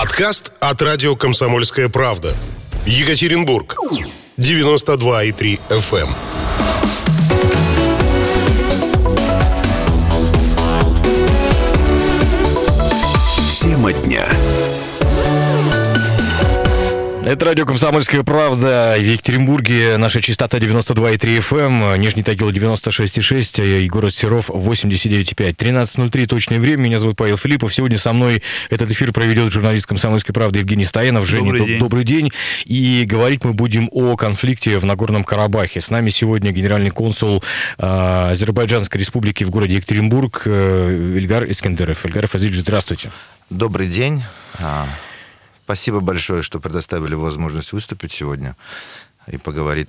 Подкаст от радио «Комсомольская правда». Екатеринбург. 92,3 FM. Тема дня. Это радио «Комсомольская правда». В Екатеринбурге наша частота 92,3 FM, Нижний Тагил 96,6 и город Серов 89,5. 13:03 точное время. Меня зовут Павел Филиппов. Сегодня со мной этот эфир проведет журналист «Комсомольской правды» Евгений Стоянов. Женя, добрый день. И говорить мы будем о конфликте в Нагорном Карабахе. С нами сегодня генеральный консул Азербайджанской республики в городе Екатеринбург Ильгар Искендеров. Ильгар Фазильевич, здравствуйте. Добрый день. Спасибо большое, что предоставили возможность выступить сегодня и поговорить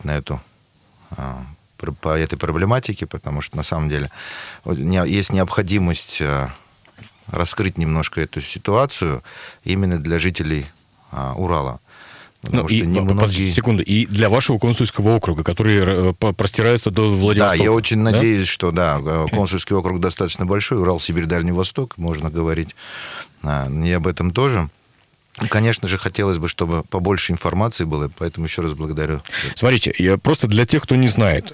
по этой проблематике, потому что на самом деле есть необходимость раскрыть немножко эту ситуацию именно для жителей Урала. Секунду. И для вашего консульского округа, который простирается до Владивостока. Да, я очень надеюсь, что консульский округ достаточно большой, Урал, Сибирь, Дальний Восток, можно говорить и об этом тоже. Конечно же, хотелось бы, чтобы побольше информации было, поэтому еще раз благодарю. Смотрите, просто для тех, кто не знает,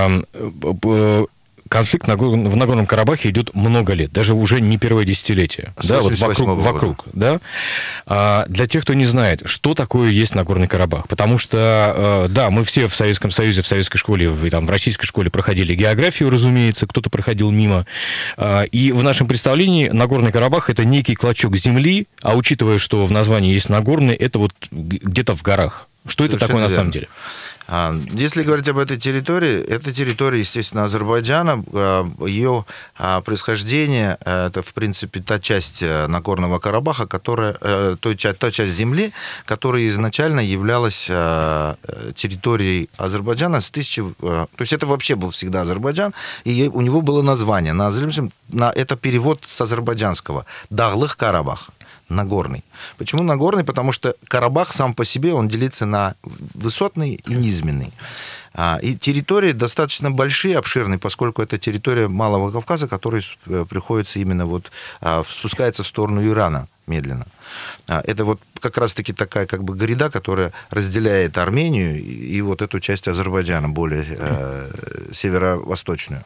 конфликт в Нагорном Карабахе идет много лет, даже уже не первое десятилетие. Да, вот вокруг, да. Для тех, кто не знает, что такое есть Нагорный Карабах, потому что, да, мы все в Советском Союзе, в советской школе, в российской школе проходили географию, разумеется, кто-то проходил мимо, и в нашем представлении Нагорный Карабах – это некий клочок земли, а учитывая, что в названии есть Нагорный, это вот где-то в горах. Что это такое на самом деле? Если говорить об этой территории, это территория, естественно, Азербайджана. Ее происхождение – это, в принципе, та часть Нагорного Карабаха, та часть земли, которая изначально являлась территорией Азербайджана то есть это вообще был всегда Азербайджан, и у него было название. Это перевод с азербайджанского – Даглых Карабах. Нагорный. Почему Нагорный? Потому что Карабах сам по себе, он делится на высотный и низменный. И территории достаточно большие, обширные, поскольку это территория Малого Кавказа, которая приходится именно спускается в сторону Ирана медленно. Это вот как раз-таки такая как бы гряда, которая разделяет Армению и вот эту часть Азербайджана, более северо-восточную.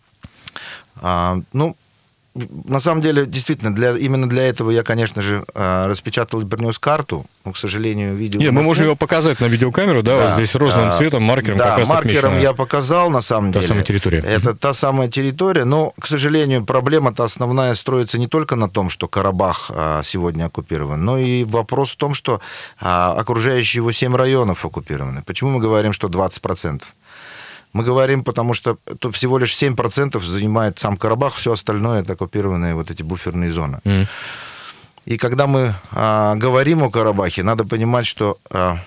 На самом деле, действительно, именно для этого я, конечно же, распечатал и принес карту, но, к сожалению, видео... Нет, мы можем его показать на видеокамеру, да, вот здесь розовым цветом, маркером как раз отмечено. Да, маркером я показал, на самом деле. Та самая территория. Это та самая территория, но, к сожалению, проблема-то основная строится не только на том, что Карабах сегодня оккупирован, но и вопрос в том, что окружающие его 7 районов оккупированы. Почему мы говорим, что 20%? Мы говорим, потому что тут всего лишь 7% занимает сам Карабах, все остальное – это оккупированные вот эти буферные зоны. И когда мы говорим о Карабахе, надо понимать, что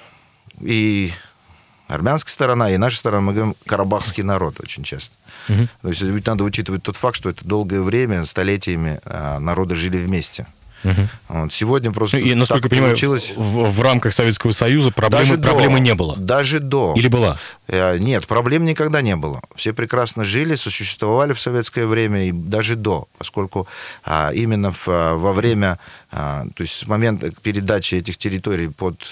и армянская сторона, и наша сторона, мы говорим карабахский народ очень часто. То есть ведь надо учитывать тот факт, что это долгое время, столетиями народы жили вместе. Вот. Сегодня просто и, насколько я понимаю, получилось... в рамках Советского Союза проблемы не было. Даже до. Или была? Нет, проблем никогда не было. Все прекрасно жили, сосуществовали в советское время и даже до, поскольку именно во время, то есть с момента передачи этих территорий под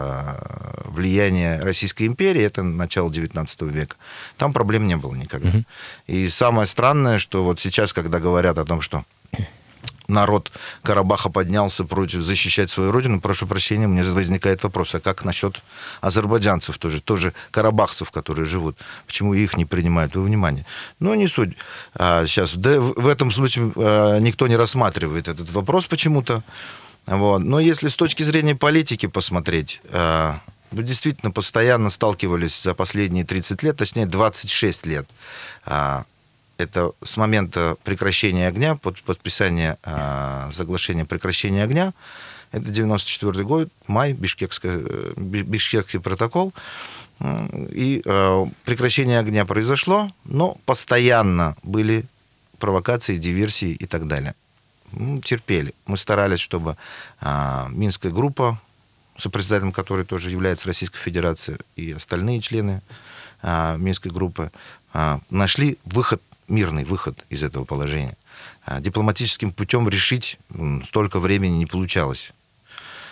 влияние Российской империи, это начало XIX века, там проблем не было никогда. И самое странное, что вот сейчас, когда говорят о том, что народ Карабаха поднялся против защищать свою родину, прошу прощения, у меня возникает вопрос, а как насчет азербайджанцев тоже карабахцев, которые живут? Почему их не принимают во внимание? Но не суть. Сейчас в этом случае никто не рассматривает этот вопрос почему-то. Вот. Но если с точки зрения политики посмотреть, вы действительно постоянно сталкивались за последние 30 лет, точнее 26 лет, это с момента прекращения огня, подписания соглашения прекращения огня, это 94 год, май, Бишкекский протокол, и прекращение огня произошло, но постоянно были провокации, диверсии и так далее. Терпели. Мы старались, чтобы Минская группа, сопредседателем которой тоже является Российская Федерация, и остальные члены Минской группы, нашли мирный выход из этого положения. Дипломатическим путем решить столько времени не получалось.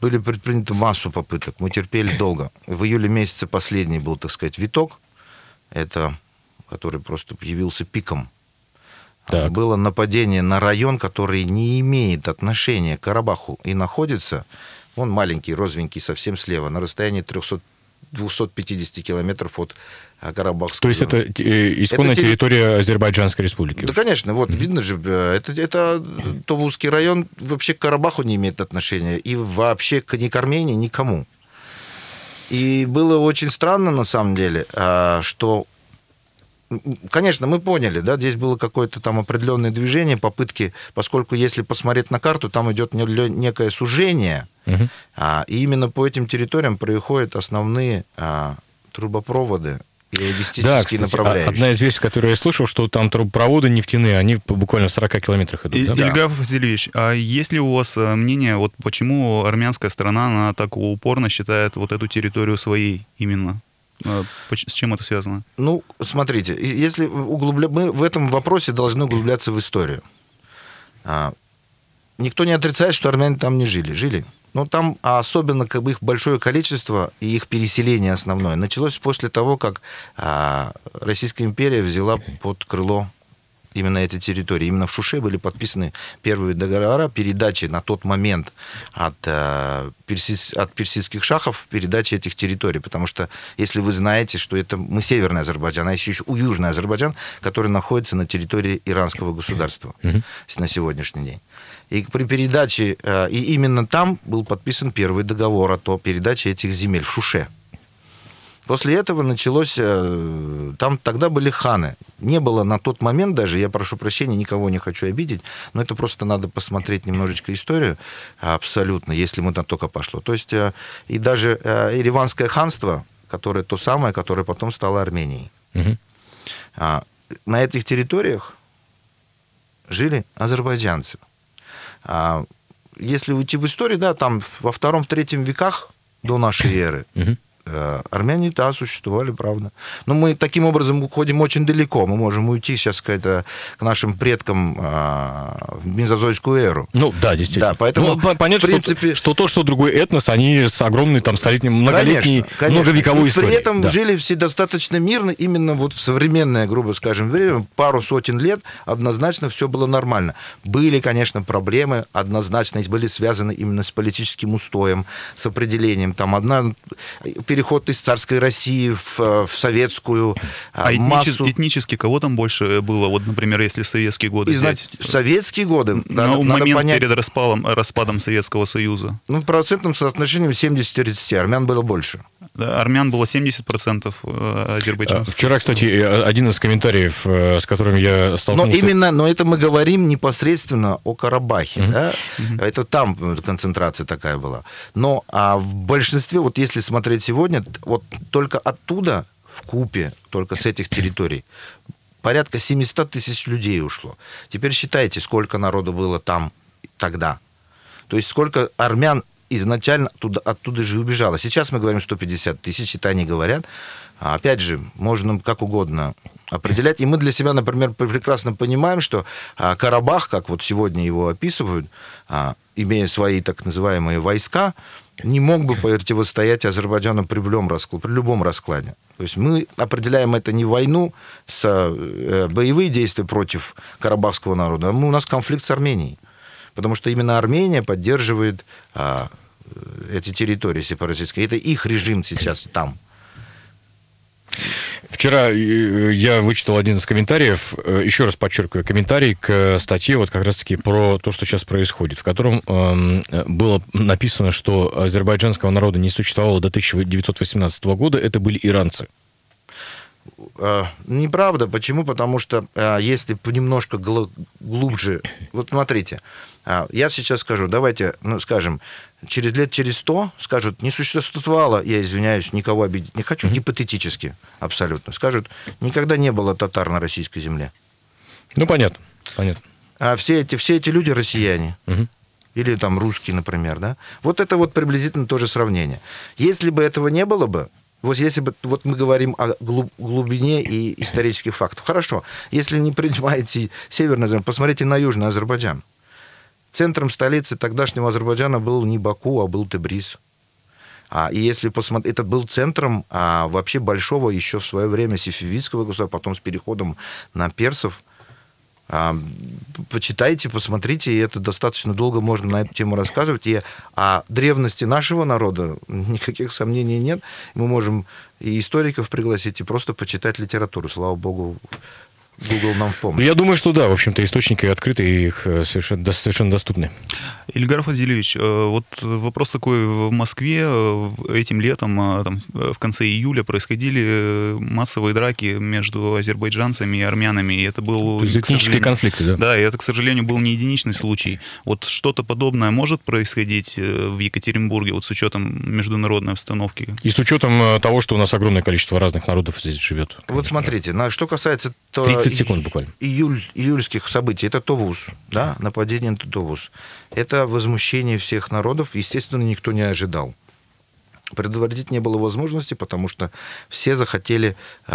были предприняты массу попыток, мы терпели долго. В июле месяце последний был, так сказать, виток, это, который просто явился пиком. Так. Было нападение на район, который не имеет отношения к Карабаху и находится, он маленький, розовенький, совсем слева, на расстоянии 250 километров от Карабахского. То есть это исконная территория Азербайджанской республики? Да, конечно, вот видно же, это Товузский район вообще к Карабаху не имеет отношения, и вообще ни к Армении, никому. И было очень странно, на самом деле, что, конечно, мы поняли, да, здесь было какое-то там определенное движение, попытки, поскольку если посмотреть на карту, там идет некое сужение, и именно по этим территориям проходят основные трубопроводы и логистические, да, кстати, направляющие. Одна из версий, которую я слышал, что там трубопроводы нефтяные, они буквально в 40 километрах идут. Да? Ильгар Васильевич, а есть ли у вас мнение, вот почему армянская сторона, она так упорно считает вот эту территорию своей именно? С чем это связано? Ну, смотрите, если мы в этом вопросе должны углубляться в историю. Никто не отрицает, что армяне там не жили. Жили. Но там, особенно как бы их большое количество и их переселение основное, началось после того, как Российская империя взяла под крыло именно эти территории. Именно в Шуше были подписаны первые договора передачи на тот момент от персидских шахов передачи этих территорий. Потому что, если вы знаете, что это мы северный Азербайджан, а еще южный Азербайджан, который находится на территории иранского государства на сегодняшний день. И при передаче, и именно там был подписан первый договор о передаче этих земель в Шуше. После этого началось, там тогда были ханы. Не было на тот момент даже, я прошу прощения, никого не хочу обидеть, но это просто надо посмотреть немножечко историю абсолютно, если мы там только пошло. То есть и даже Ереванское ханство, которое то самое, которое потом стало Арменией. На этих территориях жили азербайджанцы. Если уйти в историю, да, там во 2-3 веках до нашей эры армяне, да, существовали, правда. Но мы таким образом уходим очень далеко. Мы можем уйти сейчас к нашим предкам в мезозойскую эру. Ну, да, действительно. Да, поэтому, понятно, в принципе... что то, что другой этнос, они с огромной, там, столетней, многолетней, многовековой историей. При этом жили все достаточно мирно, именно вот в современное, грубо скажем, время, пару сотен лет, однозначно все было нормально. Были, конечно, проблемы, однозначно были связаны именно с политическим устоем, с определением. Там переход из царской России в советскую. Этнически кого там больше было? Вот, например, если советские годы взять. Советские годы, да, момент понять, перед распадом Советского Союза. Ну, в процентном соотношении 70-30. Армян было больше. Да, армян было 70%, азербайджанцев. Вчера, кстати, один из комментариев, с которым я столкнулся... Но это мы говорим непосредственно о Карабахе. Да? Это там концентрация такая была. Но в большинстве, вот если смотреть сегодня, вот только оттуда, вкупе, только с этих территорий, порядка 700 тысяч людей ушло. Теперь считайте, сколько народу было там тогда. То есть сколько армян изначально оттуда же убежало. Сейчас мы говорим 150 тысяч, это они говорят. Опять же, можно как угодно определять. И мы для себя, например, прекрасно понимаем, что Карабах, как вот сегодня его описывают, имея свои так называемые войска, не мог бы противостоять Азербайджану при любом раскладе. То есть мы определяем это не войну с боевые действия против карабахского народа, а у нас конфликт с Арменией. Потому что именно Армения поддерживает эти территории сепаратистские. Это их режим сейчас там. Вчера я вычитал один из комментариев, еще раз подчеркиваю, комментарий к статье вот как раз-таки про то, что сейчас происходит, в котором было написано, что азербайджанского народа не существовало до 1918 года, это были иранцы. Неправда. Почему? Потому что если немножко глубже... Вот смотрите, я сейчас скажу, давайте, скажем, через 100 скажут, не существовало, я извиняюсь, никого обидеть не хочу, гипотетически абсолютно, скажут, никогда не было татар на российской земле. Ну, понятно. А все эти люди россияне. Или там русские, например, да? Вот это вот приблизительно то же сравнение. Если бы этого не было бы, вот если бы вот мы говорим о глубине и исторических фактов. Хорошо, если не принимаете Северный Азербайджан, посмотрите на Южный Азербайджан. центром столицы тогдашнего Азербайджана был не Баку, а был Тебриз. И если посмотреть, это был центром вообще большого еще в свое время сефевидского государства, потом с переходом на персов. Почитайте, посмотрите, и это достаточно долго можно на эту тему рассказывать. И о древности нашего народа никаких сомнений нет. Мы можем и историков пригласить, и просто почитать литературу. Слава богу, Google нам в помощь. Я думаю, что да, в общем-то, источники открыты, и их совершенно доступны. Ильгар Фазилевич, вот вопрос такой. В Москве этим летом, там, в конце июля, происходили массовые драки между азербайджанцами и армянами. И это был... То есть этнические конфликты, да? Да, и это, к сожалению, был не единичный случай. Вот что-то подобное может происходить в Екатеринбурге, вот с учетом международной обстановки? И с учетом того, что у нас огромное количество разных народов здесь живет. Конечно. Вот смотрите, что касается... 30 секунд буквально. Июльских событий. Это Товуз, да, нападение на Товуз. Это возмущение всех народов. Естественно, никто не ожидал. Предотвратить не было возможности, потому что все захотели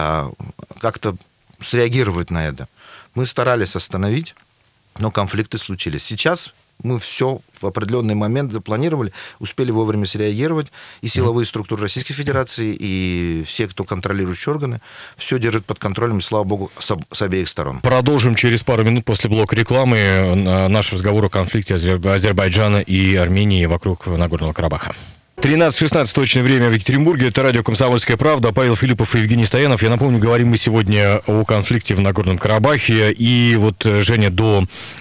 как-то среагировать на это. Мы старались остановить, но конфликты случились. Сейчас мы все в определенный момент запланировали, успели вовремя среагировать, и силовые структуры Российской Федерации, и все, кто контролирующие органы, все держат под контролем, и, слава богу, с обеих сторон. Продолжим через пару минут после блока рекламы наш разговор о конфликте Азербайджана и Армении вокруг Нагорного Карабаха. 13:16 точное время в Екатеринбурге. Это радио «Комсомольская правда». Павел Филиппов и Евгений Стоянов. Я напомню, говорим мы сегодня о конфликте в Нагорном Карабахе. И вот Женя до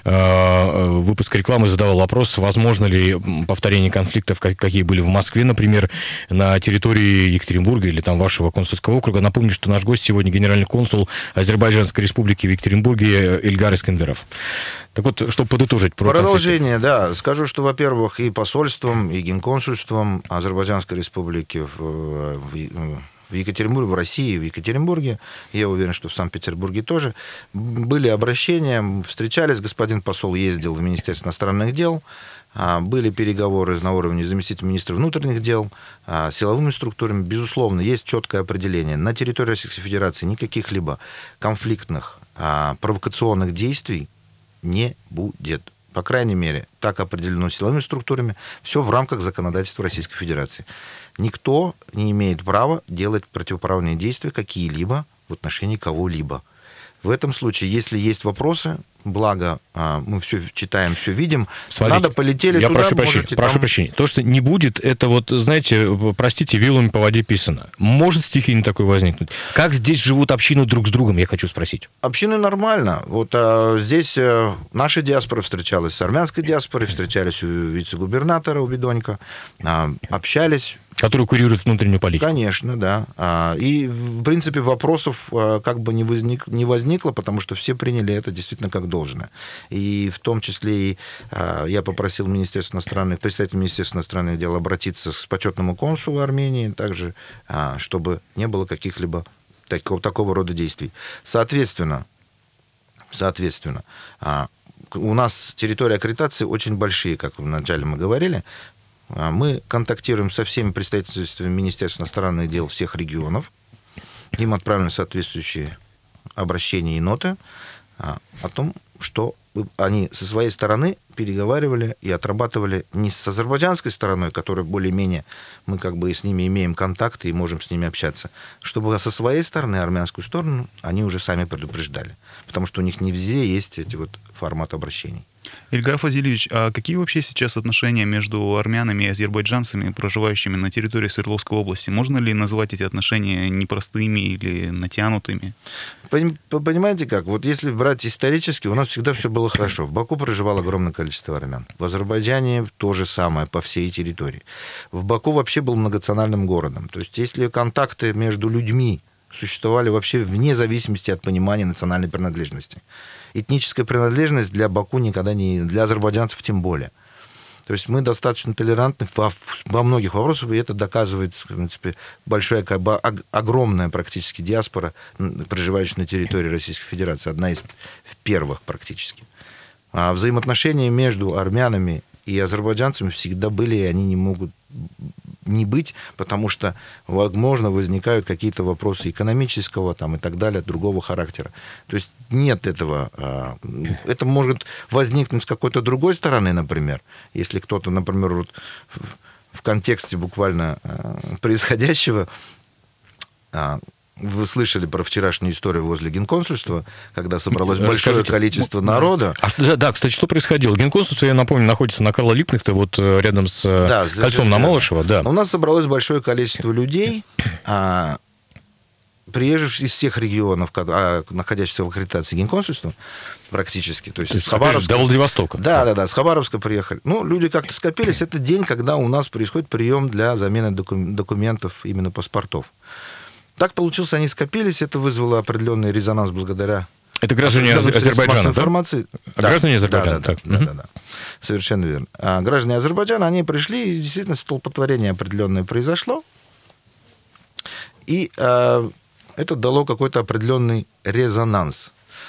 выпуска рекламы задавал вопрос, возможно ли повторение конфликтов, какие были в Москве, например, на территории Екатеринбурга или там вашего консульского округа. Напомню, что наш гость сегодня генеральный консул Азербайджанской республики в Екатеринбурге Ильгар Искендеров. Так вот, чтобы подытожить про продолжение, да. Скажу, что, во-первых, и посольством, и генконсульством Азербайджанской республики в Екатеринбурге, в России, в Екатеринбурге, я уверен, что в Санкт-Петербурге тоже, были обращения, встречались, господин посол ездил в Министерство иностранных дел, были переговоры на уровне заместителя министра внутренних дел, силовыми структурами. Безусловно, есть четкое определение. На территории Российской Федерации никаких либо конфликтных, провокационных действий не будет. По крайней мере, так определено силовыми структурами. Все в рамках законодательства Российской Федерации. Никто не имеет права делать противоправные действия какие-либо в отношении кого-либо. В этом случае, если есть вопросы, благо мы все читаем, все видим, смотрите, надо полетели я туда, прошу прощения. То, что не будет, это вот, знаете, простите, вилами по воде писано. Может стихийно такое возникнуть? Как здесь живут общины друг с другом, я хочу спросить. Общины нормально. Вот здесь наша диаспора встречалась с армянской диаспорой, встречались у вице-губернатора, у Бедонька, общались. Который курирует внутреннюю политику. Конечно, да. И, в принципе, вопросов как бы не возникло, потому что все приняли это действительно как должное. И в том числе и я попросил представителя Министерства иностранных дел обратиться к почетному консулу Армении, также, чтобы не было каких-либо такого рода действий. Соответственно, у нас территории аккредитации очень большие, как вначале мы говорили. Мы контактируем со всеми представительствами Министерства иностранных дел всех регионов. Им отправлены соответствующие обращения и ноты о том, что они со своей стороны переговаривали и отрабатывали не с азербайджанской стороной, которая более-менее, мы как бы с ними имеем контакты и можем с ними общаться, чтобы со своей стороны, армянскую сторону, они уже сами предупреждали. Потому что у них не везде есть эти вот форматы обращений. Ильгар Фазилевич, а какие вообще сейчас отношения между армянами и азербайджанцами, проживающими на территории Свердловской области? Можно ли назвать эти отношения непростыми или натянутыми? Понимаете как? Вот если брать исторически, у нас всегда все было хорошо. В Баку проживало огромное количество армян. В Азербайджане то же самое по всей территории. В Баку вообще был многонациональным городом. То есть если контакты между людьми существовали вообще вне зависимости от понимания национальной принадлежности. Этническая принадлежность для Баку никогда не... Для азербайджанцев тем более. То есть мы достаточно толерантны во многих вопросах, и это доказывает, в принципе, большая, огромная практически диаспора, проживающая на территории Российской Федерации. Одна из первых практически. А взаимоотношения между армянами и азербайджанцами всегда были, и они не могут не быть, потому что, возможно, возникают какие-то вопросы экономического там, и так далее, другого характера. То есть нет этого. Это может возникнуть с какой-то другой стороны, например, если кто-то, например, вот в контексте буквально происходящего, вы слышали про вчерашнюю историю возле Генконсульства, когда собралось большое количество народа. Да, кстати, что происходило? Генконсульство, я напомню, находится на Карла Липкнехта, вот рядом с кольцом на Малышево. Да. У нас собралось большое количество людей, приезжих из всех регионов, находящихся в аккредитации Генконсульства, практически. То есть с Хабаровска. До Владивостока. Да, с Хабаровска приехали. Ну, люди как-то скопились. Это день, когда у нас происходит прием для замены документов, именно паспортов. Так получилось, они скопились, это вызвало определенный резонанс благодаря... Это граждане Азербайджана, информации. Да? Граждане Азербайджана, да. Совершенно верно. Граждане Азербайджана, они пришли, и действительно столпотворение определенное произошло, и это дало какой-то определенный резонанс.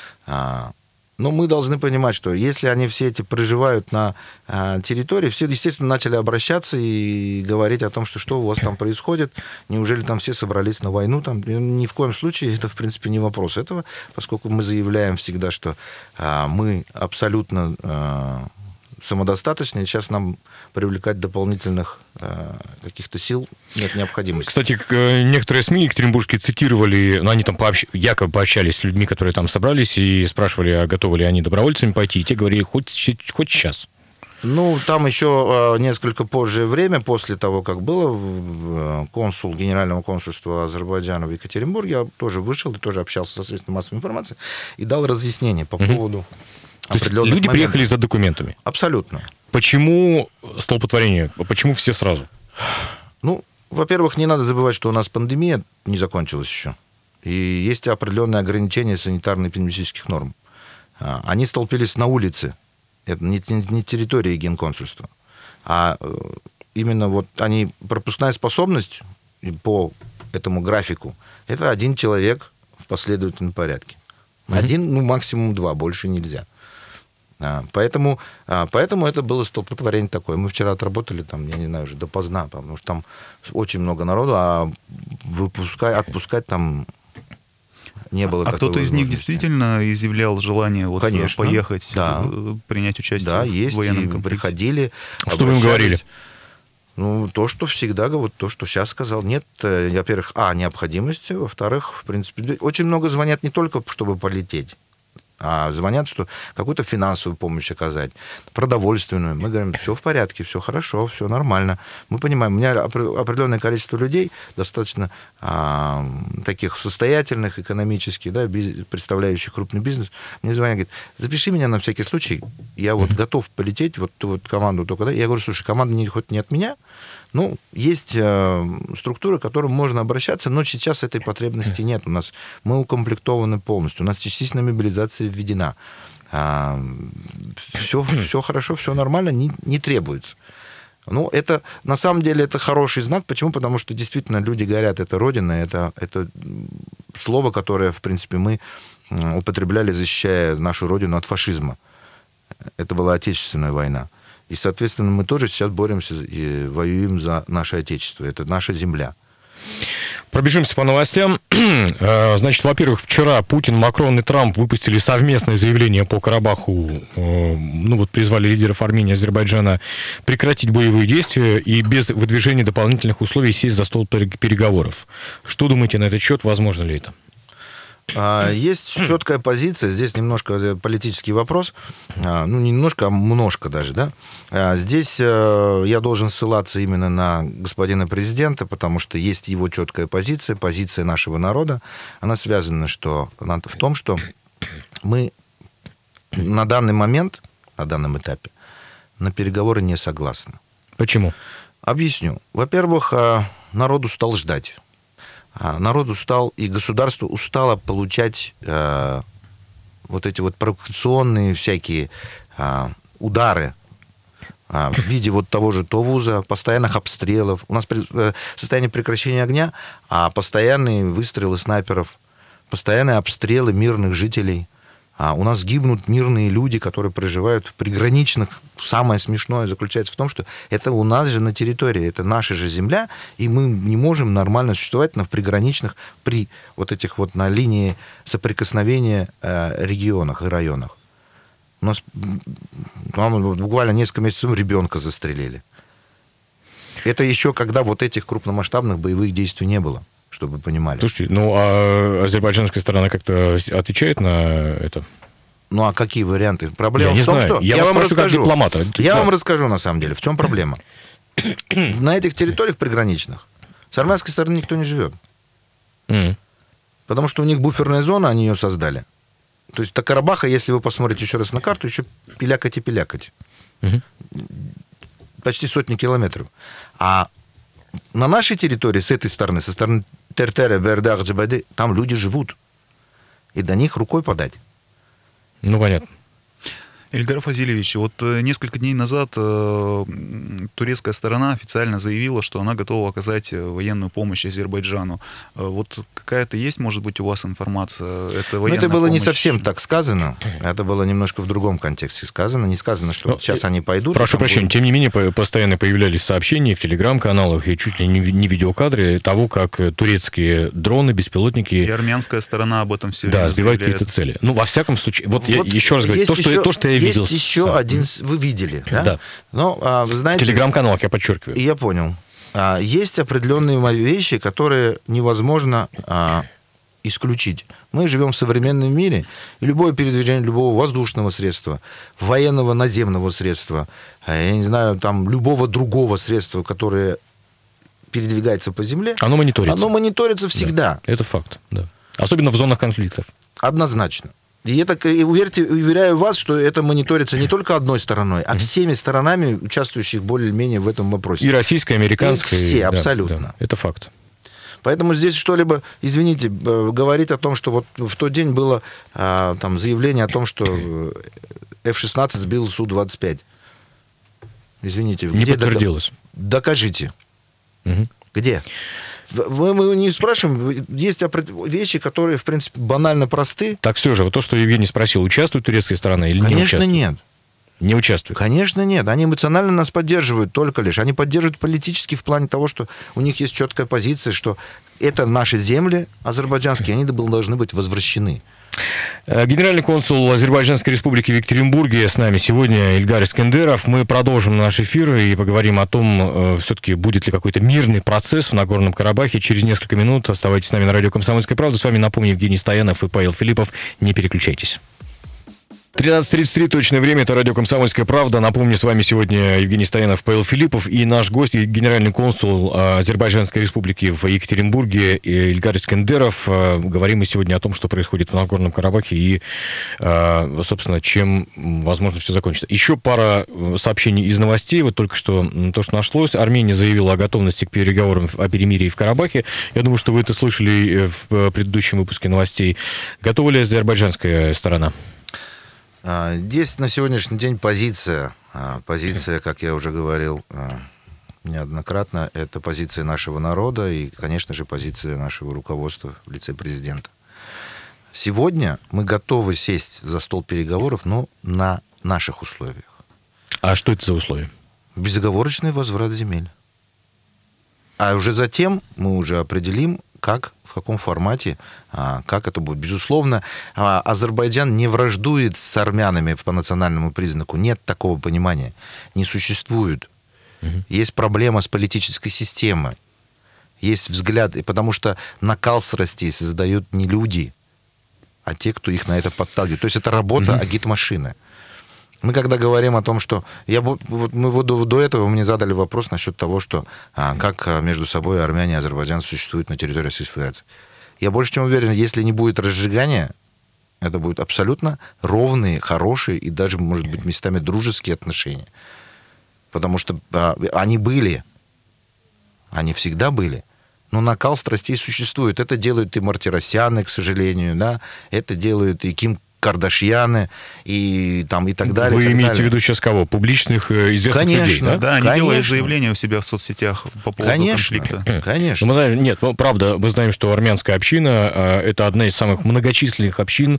Но мы должны понимать, что если они все эти проживают на территории, все, естественно, начали обращаться и говорить о том, что у вас там происходит, неужели там все собрались на войну, там ни в коем случае это, в принципе, не вопрос этого, поскольку мы заявляем всегда, что мы абсолютно самодостаточны, и сейчас нам привлекать дополнительных каких-то сил нет необходимости. Кстати, некоторые СМИ екатеринбургские цитировали, они там якобы пообщались с людьми, которые там собрались, и спрашивали, а готовы ли они добровольцами пойти, и те говорили, хоть сейчас. Ну, там еще несколько позже время, после того, как было, консул Генерального консульства Азербайджана в Екатеринбурге, я тоже вышел и тоже общался со средствами массовой информации и дал разъяснение по поводу определенных люди моментов. приехали за документами? Абсолютно. Почему столпотворение? Почему все сразу? Ну, во-первых, не надо забывать, что у нас пандемия не закончилась еще. И есть определенные ограничения санитарно-эпидемиологических норм. Они столпились на улице. Это не территория Генконсульства. А именно вот они, пропускная способность по этому графику, это 1 человек в последовательном порядке. 1, ну, максимум 2, больше нельзя. Поэтому это было столпотворение такое. Мы вчера отработали там, я не знаю, уже допоздна, потому что там очень много народу, а отпускать там не было такой кто-то из них возможности. действительно изъявлял желание вот поехать, принять участие в военном конфликте? Приходили. Что вы им говорили? Ну, то, что всегда, вот то, что сейчас сказал. Нет, во-первых, необходимости, во-вторых, в принципе, очень много звонят не только, чтобы полететь, а звонят, что какую-то финансовую помощь оказать, продовольственную. Мы говорим, все в порядке, все хорошо, все нормально. Мы понимаем, у меня определенное количество людей, достаточно таких состоятельных экономически, да, представляющих крупный бизнес, мне звонят, говорят, запиши меня на всякий случай, я вот готов полететь, вот команду только, да. Я говорю, слушай, команда хоть не от меня, ну, есть структуры, к которым можно обращаться, но сейчас этой потребности нет. Мы укомплектованы полностью. У нас частичная мобилизация введена. Все хорошо, все нормально, не требуется. Ну, это, на самом деле, это хороший знак. Почему? Потому что действительно люди говорят, это Родина, это слово, которое, в принципе, мы употребляли, защищая нашу Родину от фашизма. Это была Отечественная война. И, соответственно, мы тоже сейчас боремся и воюем за наше Отечество. Это наша земля. Пробежимся по новостям. Значит, во-первых, вчера Путин, Макрон и Трамп выпустили совместное заявление по Карабаху. Ну, вот призвали лидеров Армении и Азербайджана прекратить боевые действия и без выдвижения дополнительных условий сесть за стол переговоров. Что думаете на этот счет? Возможно ли это? Есть четкая позиция, здесь немножко политический вопрос, ну, не немножко, а множко даже, да. Здесь я должен ссылаться именно на господина президента, потому что есть его четкая позиция нашего народа, она связана в том, что мы на данный момент, на данном этапе, на переговоры не согласны. Почему? Объясню. Во-первых, народ устал ждать. Народ устал, и государство устало получать вот эти вот провокационные всякие удары в виде вот того же ТОВУЗа, постоянных обстрелов. У нас состояние прекращения огня, а постоянные выстрелы снайперов, постоянные обстрелы мирных жителей. А у нас гибнут мирные люди, которые проживают в приграничных. Самое смешное заключается в том, что это у нас же на территории, это наша же земля, и мы не можем нормально существовать в приграничных, при вот этих вот на линии соприкосновения регионах и районах. У нас буквально несколько месяцев ребенка застрелили. Это еще когда вот этих крупномасштабных боевых действий не было, чтобы вы понимали. Слушайте, ну а азербайджанская сторона как-то отвечает на это? Ну а какие варианты? Проблема Я не в том, знаю. что... Я вам расскажу, как дипломата. Я вам расскажу, на самом деле, в чем проблема. На этих территориях приграничных с армянской стороны никто не живет. Потому что у них буферная зона, они ее создали. То есть до Карабаха, если вы посмотрите еще раз на карту, еще пилякать и пилякать. Почти сотни километров. А на нашей территории, с этой стороны, со стороны Тертера, Бердах, Джабады, там люди живут. И до них рукой подать. Ну, понятно. Ильгар Фазилевич, вот несколько дней назад турецкая сторона официально заявила, что она готова оказать военную помощь Азербайджану. Вот какая-то есть, может быть, у вас информация? Это было не совсем так сказано. Это было немножко в другом контексте сказано. Не сказано, что вот сейчас они пойдут. Прошу прощения, тем не менее, постоянно появлялись сообщения в телеграм-каналах и чуть ли не видеокадры того, как турецкие дроны, беспилотники... И армянская сторона об этом все время сбивают какие-то цели. Ну, во всяком случае, вот я еще раз говорю, то, что я видел... Есть еще один... Вы видели, да? Да. Но, вы знаете... В телеграм-каналах, я подчеркиваю. Я понял. Есть определенные вещи, которые невозможно исключить. Мы живем в современном мире, и любое передвижение любого воздушного средства, военного наземного средства, я не знаю, там, любого другого средства, которое передвигается по земле... Оно мониторится. Оно мониторится всегда. Да, это факт, да. Особенно в зонах конфликтов. Однозначно. И уверяю вас, что это мониторится не только одной стороной, а всеми сторонами, участвующих более-менее в этом вопросе. И российской, и американской. И все, абсолютно. Да, это факт. Поэтому здесь что-либо, извините, говорить о том, что вот в тот день было там заявление о том, что F-16 сбил Су-25. Извините. Не подтвердилось. Докажите. Где? Мы не спрашиваем, есть вещи, которые, в принципе, банально просты. Так все же, вот то, что Евгений спросил, участвует турецкая сторона или не участвует? Конечно, нет. Не участвует? Конечно, нет. Они эмоционально нас поддерживают только лишь. Они поддерживают политически в плане того, что у них есть четкая позиция, что это наши земли азербайджанские, они должны быть возвращены. Генеральный консул Азербайджанской республики в Екатеринбурге с нами сегодня Ильгар Искендеров. Мы продолжим наш эфир и поговорим о том, все-таки будет ли какой-то мирный процесс в Нагорном Карабахе. Через несколько минут оставайтесь с нами на радио «Комсомольская правда». С вами, напомню, Евгений Стоянов и Павел Филиппов. Не переключайтесь. 13:33 точное время, это радио «Комсомольская правда». Напомню, с вами сегодня Евгений Стоянов, Павел Филиппов и наш гость, генеральный консул Азербайджанской республики в Екатеринбурге Ильгар Искендеров. Говорим мы сегодня о том, что происходит в Нагорном Карабахе и, собственно, чем, возможно, все закончится. Еще пара сообщений из новостей. Вот только что то, что нашлось. Армения заявила о готовности к переговорам о перемирии в Карабахе. Я думаю, что вы это слышали в предыдущем выпуске новостей. Готова ли азербайджанская сторона? Есть на сегодняшний день позиция, как я уже говорил неоднократно, это позиция нашего народа и, конечно же, позиция нашего руководства в лице президента. Сегодня мы готовы сесть за стол переговоров, но на наших условиях. А что это за условия? Безоговорочный возврат земель. А уже затем мы уже определим, как, в каком формате, как это будет. Безусловно, Азербайджан не враждует с армянами по национальному признаку. Нет такого понимания. Не существует. Есть проблема с политической системой. Есть взгляд, потому что накал страстей создают не люди, а те, кто их на это подталкивает. То есть это работа агитмашины. Мы когда говорим о том, что... Мы до этого мне задали вопрос насчет того, что как между собой армяне и Азербайджан существуют на территории Российской Федерации. Я больше чем уверен, если не будет разжигания, это будут абсолютно ровные, хорошие и даже, может быть, местами дружеские отношения. Потому что они были. Они всегда были. Но накал страстей существует. Это делают и Мартиросяны, к сожалению, да? Это делают и Ким Кардашьяны, и там, и так далее. Вы так имеете далее. в виду сейчас кого? Публичных известных людей, Конечно, да? Да, они Конечно. делают заявления у себя в соцсетях по поводу конфликта. Конечно. Мы знаем, нет, правда, мы знаем, что армянская община это одна из самых многочисленных общин,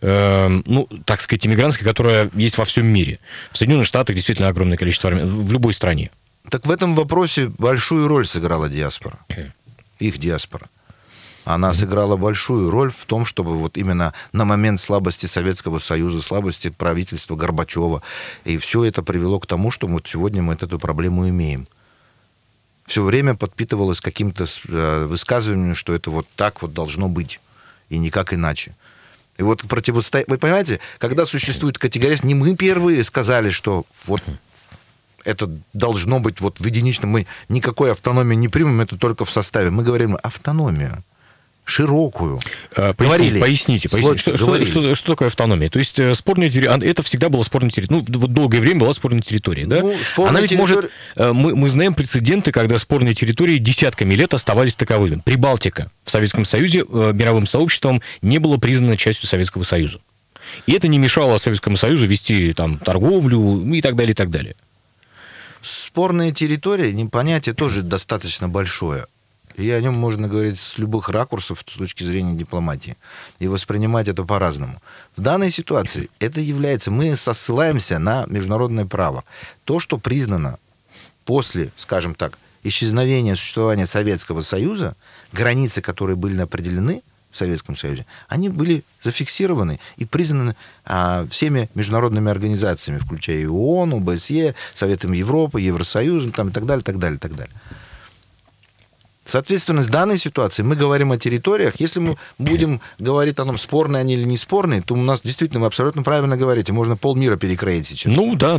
так сказать, иммигрантская, которая есть во всем мире. В Соединенных Штатах действительно огромное количество армян, в любой стране. Так в этом вопросе большую роль сыграла диаспора, их диаспора. Она сыграла большую роль в том, чтобы вот именно на момент слабости Советского Союза, слабости правительства Горбачева, и все это привело к тому, что вот сегодня мы эту проблему имеем. Все время подпитывалось каким-то высказыванием, что это вот так вот должно быть, и никак иначе. И вот Вы понимаете, когда существует категория, не мы первые сказали, что вот это должно быть вот в единичном, мы никакой автономии не примем, это только в составе. Мы говорим автономию. Широкую. Поясните, что такое автономия? То есть спорная территория, это всегда была спорная территория. Ну, вот долгое время была спорная территория, да? Она ведь может... Мы знаем прецеденты, когда спорные территории десятками лет оставались таковыми. Прибалтика в Советском Союзе мировым сообществом не было признана частью Советского Союза. И это не мешало Советскому Союзу вести там торговлю и так далее, и так далее. Спорная территория, понятие тоже достаточно большое. И о нем можно говорить с любых ракурсов с точки зрения дипломатии. И воспринимать это по-разному. В данной ситуации это является... Мы ссылаемся на международное право. То, что признано после, скажем так, исчезновения существования Советского Союза, границы, которые были определены в Советском Союзе, они были зафиксированы и признаны всеми международными организациями, включая и ООН, ОБСЕ, Советом Европы, Евросоюзом там, и так далее, так далее, так далее. Соответственно, в данной ситуации мы говорим о территориях. Если мы будем говорить о том, спорные они или не спорные, то у нас действительно, вы абсолютно правильно говорите, можно полмира перекроить сейчас. Ну, да.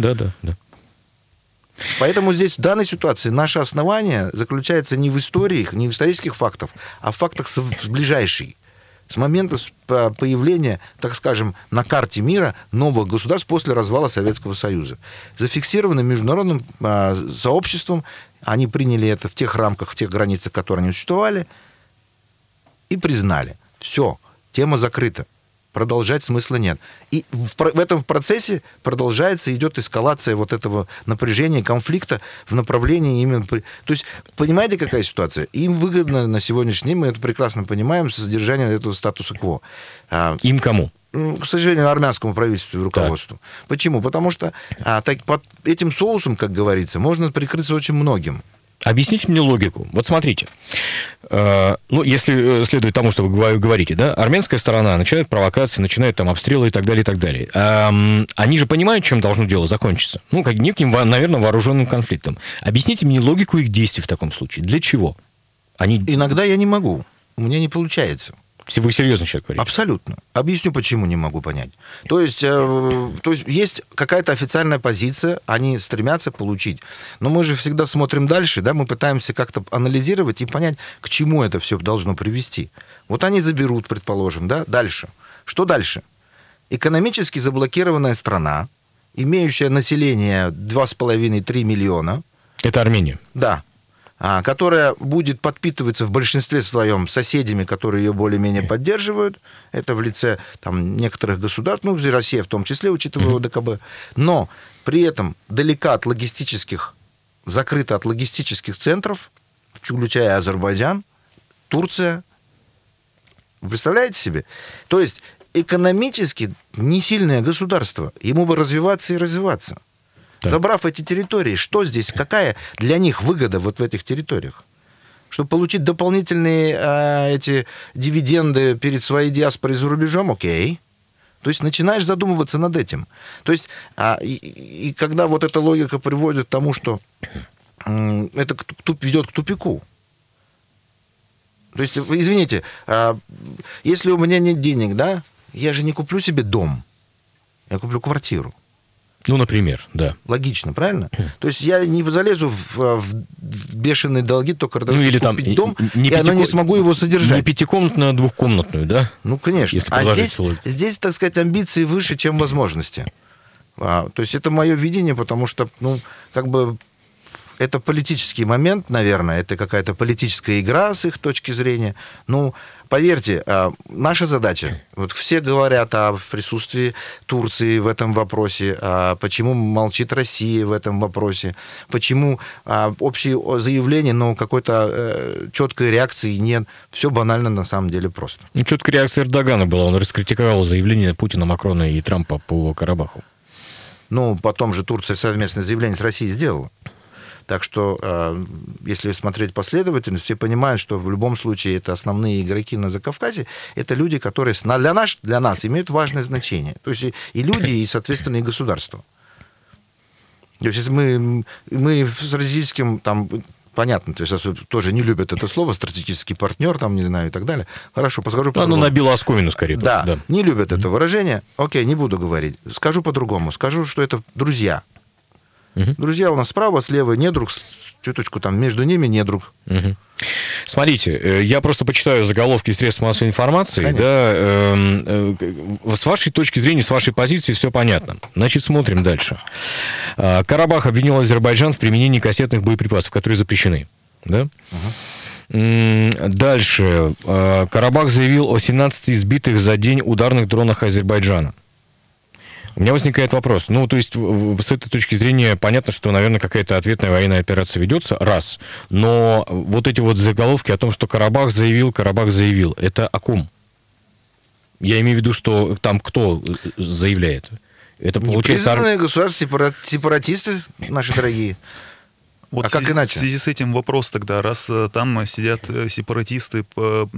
Поэтому здесь в данной ситуации наше основание заключается не в истории, не в исторических фактах, а в фактах ближайших. С момента появления, так скажем, на карте мира новых государств после развала Советского Союза. Зафиксированы международным сообществом, они приняли это в тех рамках, в тех границах, которые они существовали, и признали. Все, тема закрыта. Продолжать смысла нет. И в этом процессе продолжается, идет эскалация вот этого напряжения, конфликта в направлении именно... То есть, понимаете, какая ситуация? Им выгодно на сегодняшний день, мы это прекрасно понимаем, содержание этого статуса-кво. Им кому? К сожалению, армянскому правительству и руководству. Так. Почему? Потому что под этим соусом, как говорится, можно прикрыться очень многим. Объясните мне логику. Вот смотрите. Если следует тому, что вы говорите, да, армянская сторона начинает провокации, начинает там обстрелы и так далее, и так далее. Они же понимают, чем должно дело закончиться. Как неким, наверное, вооруженным конфликтом. Объясните мне логику их действий в таком случае. Для чего? Иногда я не могу. У меня не получается. Вы серьезно сейчас говорите? Абсолютно. Объясню, почему не могу понять. То есть есть какая-то официальная позиция, они стремятся получить. Но мы же всегда смотрим дальше, да, мы пытаемся как-то анализировать и понять, к чему это все должно привести. Вот они заберут, предположим, да, дальше. Что дальше? Экономически заблокированная страна, имеющая население 2,5-3 миллиона. Это Армения? Да. Которая будет подпитываться в большинстве своем соседями, которые ее более-менее поддерживают. Это в лице там, некоторых государств, Россия в том числе, учитывая ОДКБ. Но при этом далека от логистических, закрыта от логистических центров, включая Азербайджан, Турция. Вы представляете себе? То есть экономически не сильное государство. Ему бы развиваться и развиваться. Так. Забрав эти территории, что здесь, какая для них выгода вот в этих территориях? Чтобы получить дополнительные эти дивиденды перед своей диаспорой за рубежом, окей. То есть начинаешь задумываться над этим. То есть, и когда вот эта логика приводит к тому, что это ведет к тупику. То есть, извините, если у меня нет денег, да, я же не куплю себе дом, я куплю квартиру. Например, да. Логично, правильно? То есть я не залезу в бешеные долги только когда или купить там, дом, я не смогу его содержать. Не пятикомнатную, а двухкомнатную, да? Конечно. Здесь, так сказать, амбиции выше, чем возможности. То есть это мое видение, потому что, это политический момент, наверное, это какая-то политическая игра с их точки зрения. Ну, поверьте, наша задача, вот все говорят о присутствии Турции в этом вопросе, почему молчит Россия в этом вопросе, почему общее заявление, но какой-то четкой реакции нет. Все банально на самом деле просто. Ну, четкая реакция Эрдогана была, он раскритиковал заявление Путина, Макрона и Трампа по Карабаху. Ну, потом же Турция совместное заявление с Россией сделала. Так что, если смотреть последовательность, все понимают, что в любом случае это основные игроки на Закавказье, это люди, которые для нас имеют важное значение. То есть и люди, и, соответственно, и государство. То есть если мы с стратегическим, там, понятно, то есть тоже не любят это слово, стратегический партнер, там, не знаю, и так далее. Хорошо, скажу по-другому. Оно набило оскомину, скорее. Да, да, не любят это выражение. Окей, не буду говорить. Скажу по-другому. Скажу, что это друзья. Друзья у нас справа, слева недруг, чуточку там между ними недруг. Смотрите, я просто почитаю заголовки средств массовой информации. Да, с вашей точки зрения, с вашей позиции все понятно. Значит, смотрим дальше. Карабах обвинил Азербайджан в применении кассетных боеприпасов, которые запрещены. Да? Дальше. Карабах заявил о 17 избитых за день ударных дронах Азербайджана. У меня возникает вопрос. Ну, то есть, с этой точки зрения, понятно, что, наверное, какая-то ответная военная операция ведется, раз. Но вот эти вот заголовки о том, что Карабах заявил, это о ком? Я имею в виду, что там кто заявляет? Это получается... Непризнанные государства, сепаратисты наши дорогие. Вот а как иначе? В связи с этим вопрос тогда, раз там сидят сепаратисты, по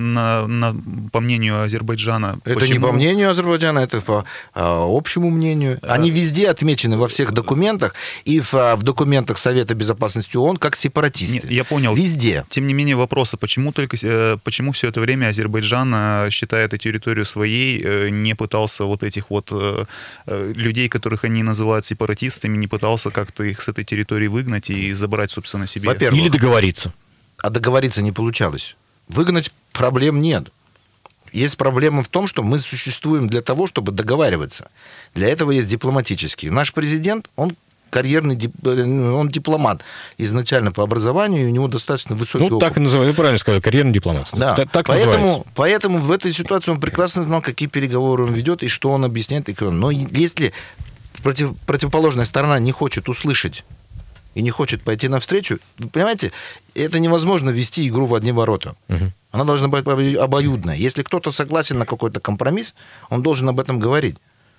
мнению Азербайджана... Это не по мнению Азербайджана, это по общему мнению. Они везде отмечены во всех документах, и в документах Совета Безопасности ООН как сепаратисты. Нет, я понял. Везде. Тем не менее, вопрос, почему все это время Азербайджан, считая эту территорию своей, не пытался вот этих вот людей, которых они называют сепаратистами, не пытался как-то их с этой территории выгнать и забрать, собственно, себе. Или договориться. А договориться не получалось. Выгнать проблем нет. Есть проблема в том, что мы существуем для того, чтобы договариваться. Для этого есть дипломатический. Наш президент, он карьерный, он дипломат изначально по образованию, и у него достаточно высокий опыт. Так и называют, вы правильно сказали, карьерный дипломат. Да. Так поэтому в этой ситуации он прекрасно знал, какие переговоры он ведет, и что он объясняет. Но если противоположная сторона не хочет услышать и не хочет пойти навстречу, вы понимаете, это невозможно вести игру в одни ворота. Она должна быть обоюдная. Если кто-то согласен на какой-то компромисс, он должен об этом говорить.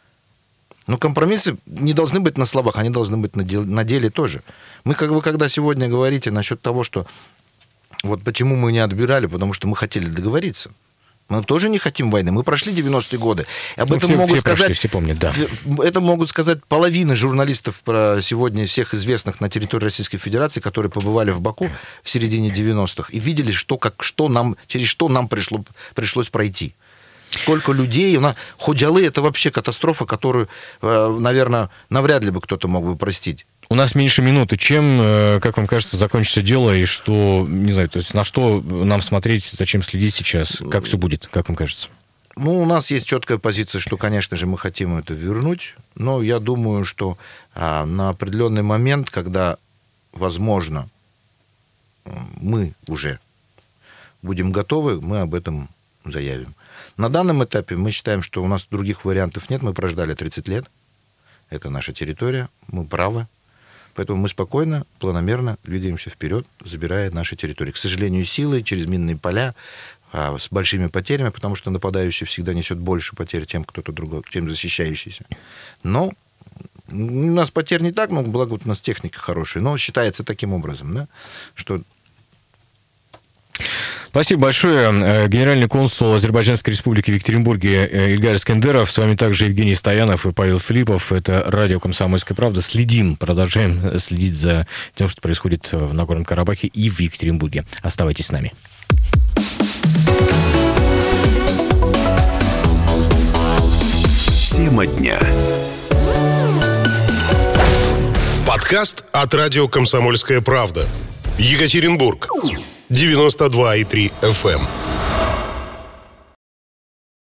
Но компромиссы не должны быть на словах, они должны быть на деле тоже. Вы когда сегодня говорите насчет того, что вот почему мы не отбирали, потому что мы хотели договориться. Мы тоже не хотим войны. Мы прошли 90-е годы. Об этом могут сказать... Прошли, все помнят, да. Это могут сказать половина журналистов сегодня всех известных на территории Российской Федерации, которые побывали в Баку в середине 90-х и видели, через что нам пришлось пройти. Сколько людей... Ходжалы — это вообще катастрофа, которую, наверное, навряд ли бы кто-то мог бы простить. У нас меньше минуты. Чем, как вам кажется, закончится дело, и что, не знаю, то есть на что нам смотреть, зачем следить сейчас, как все будет, как вам кажется? Ну, у нас есть четкая позиция, что, конечно же, мы хотим это вернуть, но я думаю, что на определенный момент, когда, возможно, мы уже будем готовы, мы об этом заявим. На данном этапе мы считаем, что у нас других вариантов нет, мы прождали 30 лет, это наша территория, мы правы. Поэтому мы спокойно, планомерно двигаемся вперед, забирая наши территории. К сожалению, силой, через минные поля, с большими потерями, потому что нападающий всегда несет больше потерь, чем кто-то другой, чем защищающийся. Но у нас потерь не так много, благо у нас техника хорошая, но считается таким образом, да, что... Спасибо большое. Генеральный консул Азербайджанской республики в Екатеринбурге Ильгар Искендеров. С вами также Евгений Стоянов и Павел Филиппов. Это радио «Комсомольская правда». Продолжаем следить за тем, что происходит в Нагорном Карабахе и в Екатеринбурге. Оставайтесь с нами. Тема дня. Подкаст от радио «Комсомольская правда». Екатеринбург. 92,3 FM.